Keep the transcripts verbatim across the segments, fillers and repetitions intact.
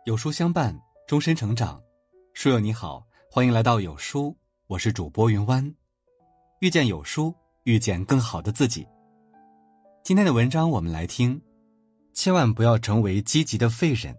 有书相伴，终身成长。书友你好，欢迎来到有书，我是主播云湾。遇见有书，遇见更好的自己。今天的文章我们来听，千万不要成为积极的废人。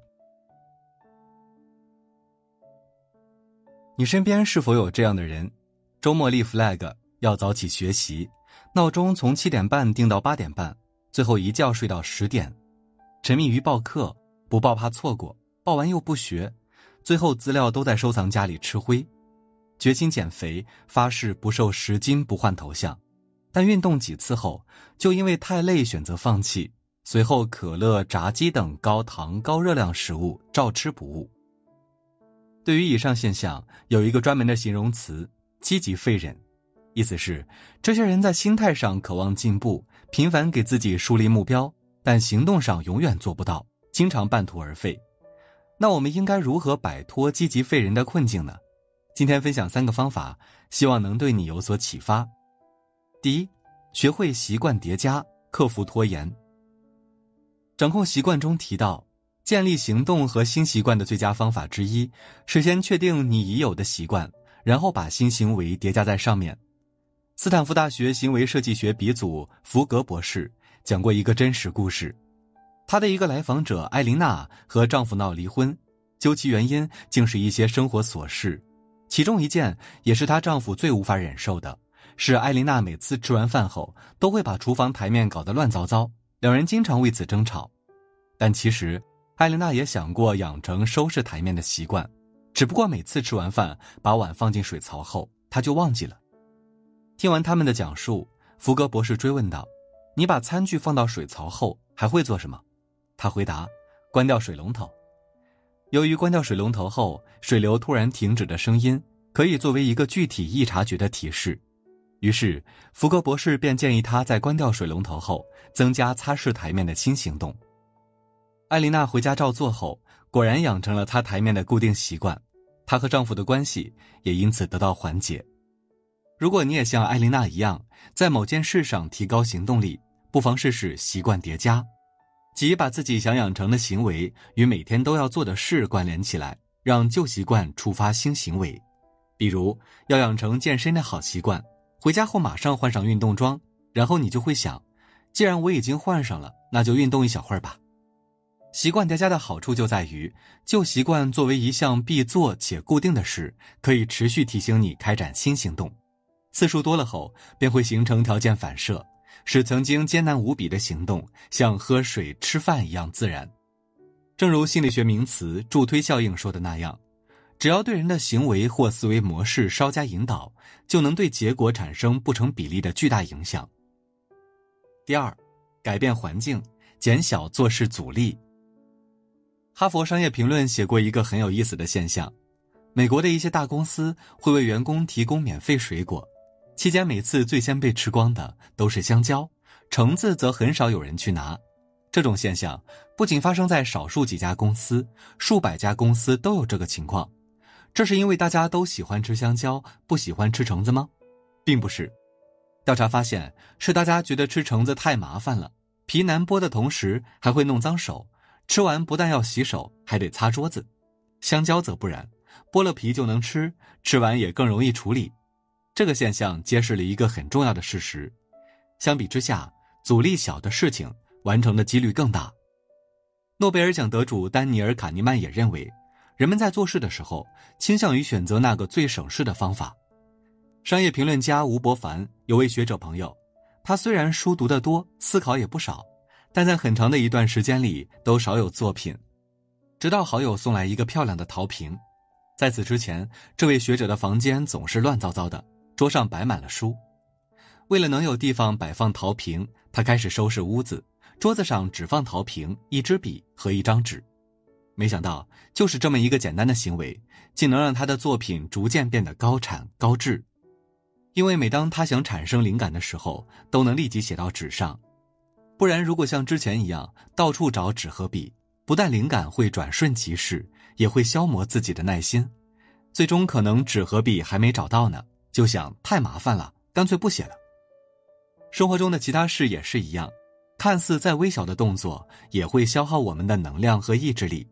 你身边是否有这样的人？周末立 flag 要早起学习，闹钟从七点半定到八点半，最后一觉睡到十点，沉迷于报课，不报怕错过，报完又不学，最后资料都在收藏夹里吃灰。决心减肥，发誓不瘦十斤不换头像，但运动几次后，就因为太累选择放弃，随后可乐、炸鸡等高糖高热量食物照吃不误。对于以上现象，有一个专门的形容词，积极废人，意思是这些人在心态上渴望进步，频繁给自己树立目标，但行动上永远做不到，经常半途而废。那我们应该如何摆脱积极废人的困境呢？今天分享三个方法，希望能对你有所启发。第一，学会习惯叠加，克服拖延。掌控习惯中提到，建立行动和新习惯的最佳方法之一，是先确定你已有的习惯，然后把新行为叠加在上面。斯坦福大学行为设计学鼻祖福格博士讲过一个真实故事。她的一个来访者艾琳娜和丈夫闹离婚，究其原因竟是一些生活琐事，其中一件也是她丈夫最无法忍受的，是艾琳娜每次吃完饭后都会把厨房台面搞得乱糟糟，两人经常为此争吵。但其实艾琳娜也想过养成收拾台面的习惯，只不过每次吃完饭把碗放进水槽后，她就忘记了。听完他们的讲述，福格博士追问道，你把餐具放到水槽后还会做什么？他回答，关掉水龙头。由于关掉水龙头后水流突然停止的声音可以作为一个具体易察觉的提示，于是福格博士便建议他在关掉水龙头后增加擦拭台面的新行动。艾琳娜回家照做后，果然养成了擦台面的固定习惯，她和丈夫的关系也因此得到缓解。如果你也像艾琳娜一样，在某件事上提高行动力，不妨试试习惯叠加，即把自己想养成的行为与每天都要做的事关联起来，让旧习惯触发新行为。比如要养成健身的好习惯，回家后马上换上运动装，然后你就会想，既然我已经换上了，那就运动一小会儿吧。习惯叠加的好处就在于，旧习惯作为一项必做且固定的事，可以持续提醒你开展新行动，次数多了后便会形成条件反射，使曾经艰难无比的行动像喝水吃饭一样自然。正如心理学名词助推效应说的那样，只要对人的行为或思维模式稍加引导，就能对结果产生不成比例的巨大影响。第二，改变环境，减小做事阻力。哈佛商业评论写过一个很有意思的现象，美国的一些大公司会为员工提供免费水果，期间每次最先被吃光的都是香蕉，橙子则很少有人去拿。这种现象不仅发生在少数几家公司，数百家公司都有这个情况。这是因为大家都喜欢吃香蕉，不喜欢吃橙子吗？并不是。调查发现，是大家觉得吃橙子太麻烦了，皮难剥的同时还会弄脏手，吃完不但要洗手，还得擦桌子。香蕉则不然，剥了皮就能吃，吃完也更容易处理。这个现象揭示了一个很重要的事实，相比之下，阻力小的事情完成的几率更大。诺贝尔奖得主丹尼尔·卡尼曼也认为，人们在做事的时候倾向于选择那个最省事的方法。商业评论家吴伯凡有位学者朋友，他虽然书读得多，思考也不少，但在很长的一段时间里都少有作品。直到好友送来一个漂亮的陶瓶，在此之前，这位学者的房间总是乱糟糟的，桌上摆满了书。为了能有地方摆放陶瓶，他开始收拾屋子，桌子上只放陶瓶、一支笔和一张纸。没想到，就是这么一个简单的行为，竟能让他的作品逐渐变得高产高质。因为每当他想产生灵感的时候，都能立即写到纸上。不然如果像之前一样到处找纸和笔，不但灵感会转瞬即逝，也会消磨自己的耐心，最终可能纸和笔还没找到呢，就想太麻烦了，干脆不写了。生活中的其他事也是一样，看似再微小的动作也会消耗我们的能量和意志力，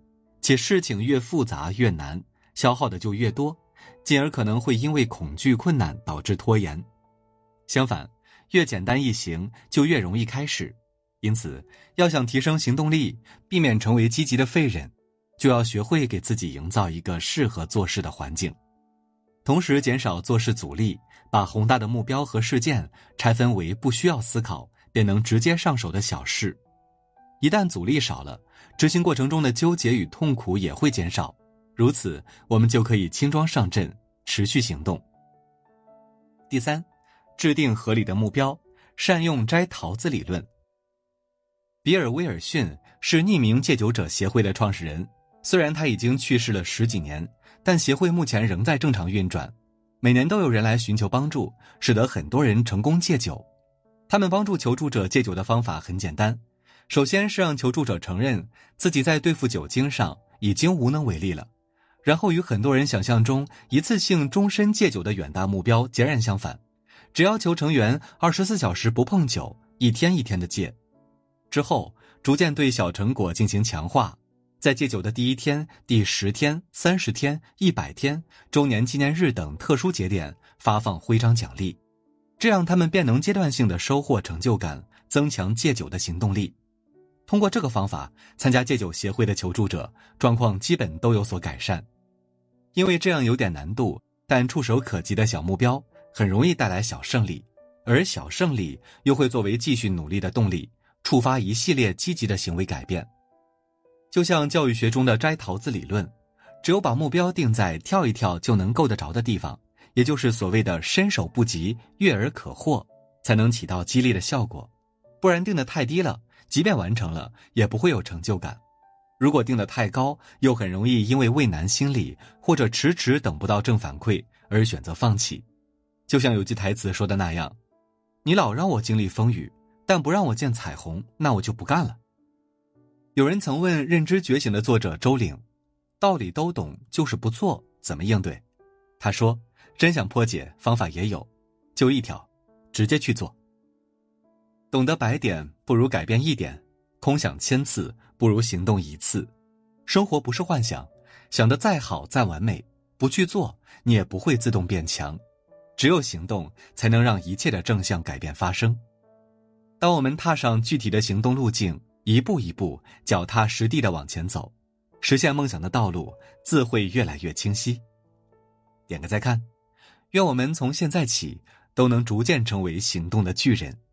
且事情越复杂越难，消耗的就越多，进而可能会因为恐惧困难导致拖延。相反，越简单易行就越容易开始。因此，要想提升行动力，避免成为积极的废人，就要学会给自己营造一个适合做事的环境，同时减少做事阻力，把宏大的目标和事件拆分为不需要思考便能直接上手的小事。一旦阻力少了，执行过程中的纠结与痛苦也会减少，如此我们就可以轻装上阵，持续行动。第三，制定合理的目标，善用摘桃子理论。比尔·威尔逊是匿名戒酒者协会的创始人，虽然他已经去世了十几年，但协会目前仍在正常运转，每年都有人来寻求帮助，使得很多人成功戒酒。他们帮助求助者戒酒的方法很简单，首先是让求助者承认自己在对付酒精上已经无能为力了，然后与很多人想象中一次性终身戒酒的远大目标截然相反，只要求成员二十四小时不碰酒，一天一天的戒。之后逐渐对小成果进行强化，在戒酒的第一天、第十天、三十天、一百天、周年纪念日等特殊节点发放徽章奖励，这样他们便能阶段性的收获成就感，增强戒酒的行动力。通过这个方法，参加戒酒协会的求助者状况基本都有所改善。因为这样有点难度，但触手可及的小目标很容易带来小胜利，而小胜利又会作为继续努力的动力，触发一系列积极的行为改变。就像教育学中的摘桃子理论，只有把目标定在跳一跳就能够得着的地方，也就是所谓的伸手不及，跃而可获，才能起到激励的效果。不然定得太低了，即便完成了，也不会有成就感。如果定得太高，又很容易因为畏难心理或者迟迟等不到正反馈而选择放弃。就像有句台词说的那样，你老让我经历风雨，但不让我见彩虹，那我就不干了。有人曾问认知觉醒的作者周岭，道理都懂就是不做，怎么应对？他说，真想破解，方法也有，就一条，直接去做。懂得百点不如改变一点，空想千次不如行动一次。生活不是幻想，想得再好再完美，不去做，你也不会自动变强。只有行动才能让一切的正向改变发生。当我们踏上具体的行动路径，一步一步脚踏实地地往前走，实现梦想的道路自会越来越清晰。点个再看，愿我们从现在起都能逐渐成为行动的巨人。